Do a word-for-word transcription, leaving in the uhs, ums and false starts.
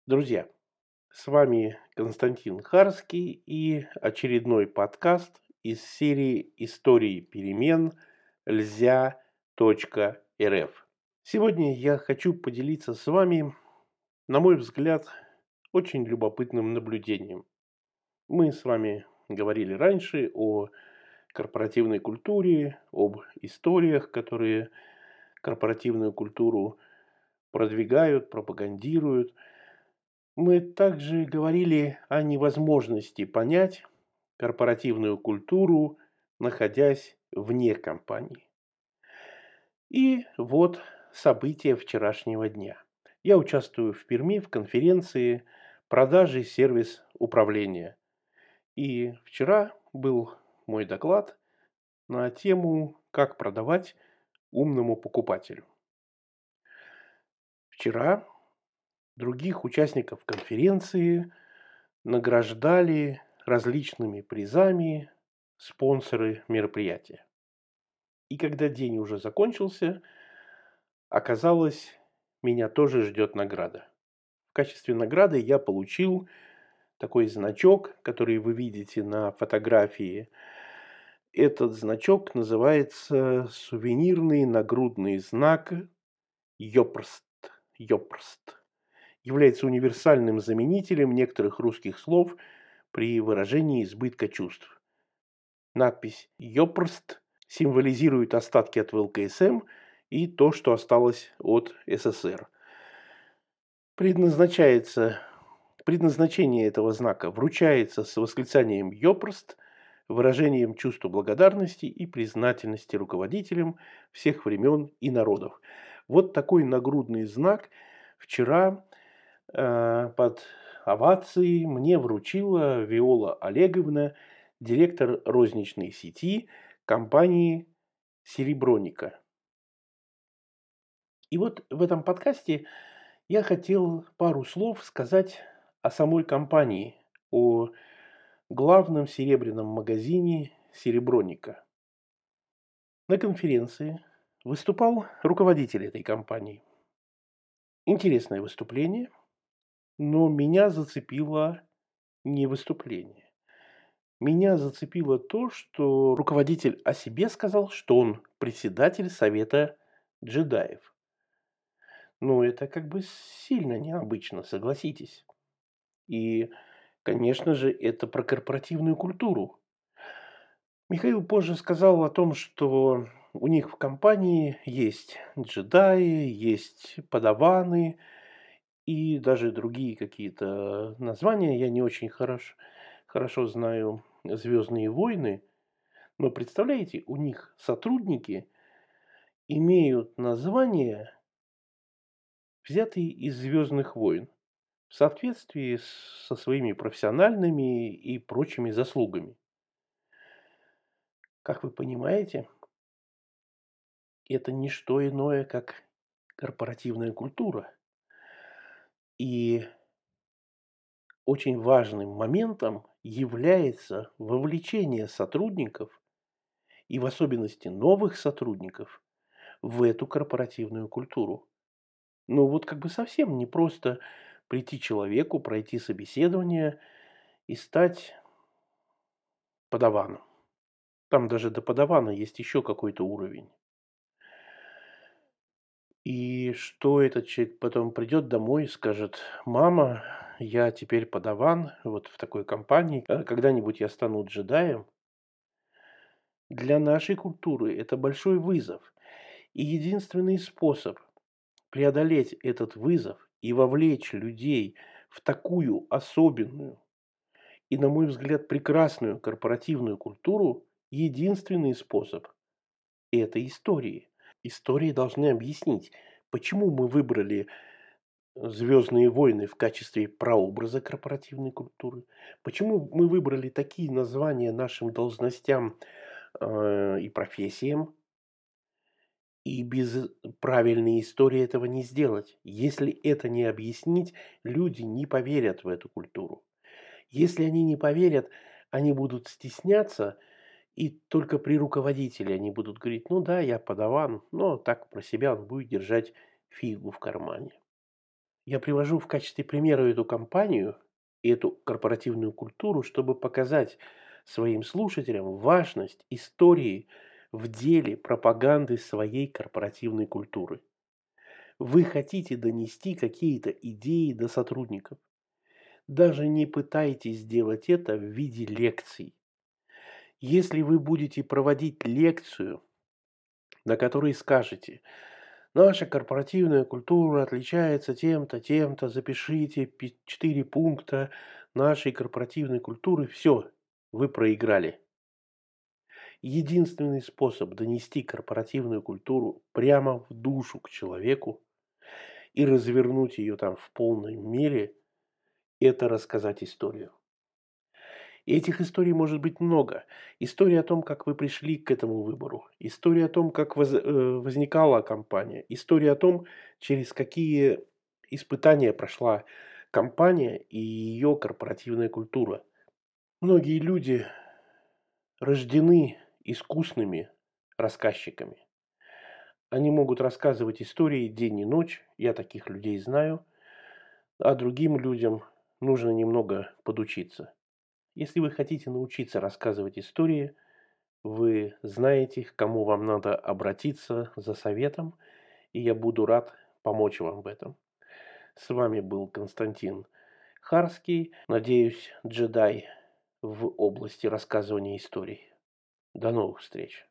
Друзья, с вами Константин Харский и очередной подкаст из серии «Истории перемен. Льзя.рф». Сегодня я хочу поделиться с вами, на мой взгляд, очень любопытным наблюдением. Мы с вами говорили раньше о корпоративной культуре, об историях, которые корпоративную культуру продвигают, пропагандируют. Мы также говорили о невозможности понять корпоративную культуру, находясь вне компании. И вот события вчерашнего дня. Я участвую в Перми в конференции «Продажи, сервис, управление». И вчера был мой доклад на тему «Как продавать умному покупателю». Вчера других участников конференции награждали различными призами спонсоры мероприятия. И когда день уже закончился, оказалось, меня тоже ждет награда. В качестве награды я получил такой значок, который вы видите на фотографии. Этот значок называется сувенирный нагрудный знак «Йопрст». Йопрст является универсальным заменителем некоторых русских слов при выражении избытка чувств. Надпись «Йопрст» символизирует остатки от ВЛКСМ и то, что осталось от СССР. Предназначается, предназначение этого знака вручается с восклицанием «Йопрст», выражением чувства благодарности и признательности руководителям всех времен и народов. Вот такой нагрудный знак вчера э, под овации мне вручила Виола Олеговна, директор розничной сети компании «Сереброника». И вот в этом подкасте я хотел пару слов сказать о самой компании, о главном серебряном магазине «Сереброника». На конференции выступал руководитель этой компании. Интересное выступление, но меня зацепило не выступление. Меня зацепило то, что руководитель о себе сказал, что он председатель совета джедаев. Ну, это как бы сильно необычно, согласитесь. И, конечно же, это про корпоративную культуру. Михаил позже сказал о том, что у них в компании есть джедаи, есть подаваны и даже другие какие-то названия. Я не очень хорошо, хорошо знаю «Звездные войны», но представляете, у них сотрудники имеют названия, взятые из «Звездных войн», в соответствии с- со своими профессиональными и прочими заслугами. Как вы понимаете, это не что иное, как корпоративная культура. И очень важным моментом является вовлечение сотрудников, и в особенности новых сотрудников, в эту корпоративную культуру. Ну вот как бы совсем не просто прийти человеку, пройти собеседование и стать подаваном. Там даже до подавана есть еще какой-то уровень. И что этот человек потом придет домой и скажет: мама, я теперь подаван вот в такой компании, э, когда-нибудь я стану джедаем. Для нашей культуры это большой вызов. И единственный способ преодолеть этот вызов и вовлечь людей в такую особенную и, на мой взгляд, прекрасную корпоративную культуру, единственный способ– это истории. Истории должны объяснить, почему мы выбрали «Звездные войны» в качестве прообраза корпоративной культуры, почему мы выбрали такие названия нашим должностям э, и профессиям. И без правильной истории этого не сделать. Если это не объяснить, люди не поверят в эту культуру. Если они не поверят, они будут стесняться, и только при руководителе они будут говорить: ну да, я подаван, но так про себя он будет держать фигу в кармане. Я привожу в качестве примера эту компанию и эту корпоративную культуру, чтобы показать своим слушателям важность истории в деле пропаганды своей корпоративной культуры. Вы хотите донести какие-то идеи до сотрудников. Даже не пытайтесь сделать это в виде лекций. Если вы будете проводить лекцию, на которой скажете: наша корпоративная культура отличается тем-то, тем-то, запишите четыре пункта нашей корпоративной культуры, все, вы проиграли. Единственный способ донести корпоративную культуру прямо в душу к человеку и развернуть ее там в полной мере — это рассказать историю. И этих историй может быть много. История о том, как вы пришли к этому выбору. История о том, как воз- э, возникала компания. История о том, через какие испытания прошла компания и ее корпоративная культура. Многие люди рождены искусными рассказчиками. Они могут рассказывать истории день и ночь, я таких людей знаю, а другим людям нужно немного подучиться. Если вы хотите научиться рассказывать истории, вы знаете, к кому вам надо обратиться за советом, и я буду рад помочь вам в этом. С вами был Константин Харский, надеюсь, джедай в области рассказывания историй. До новых встреч!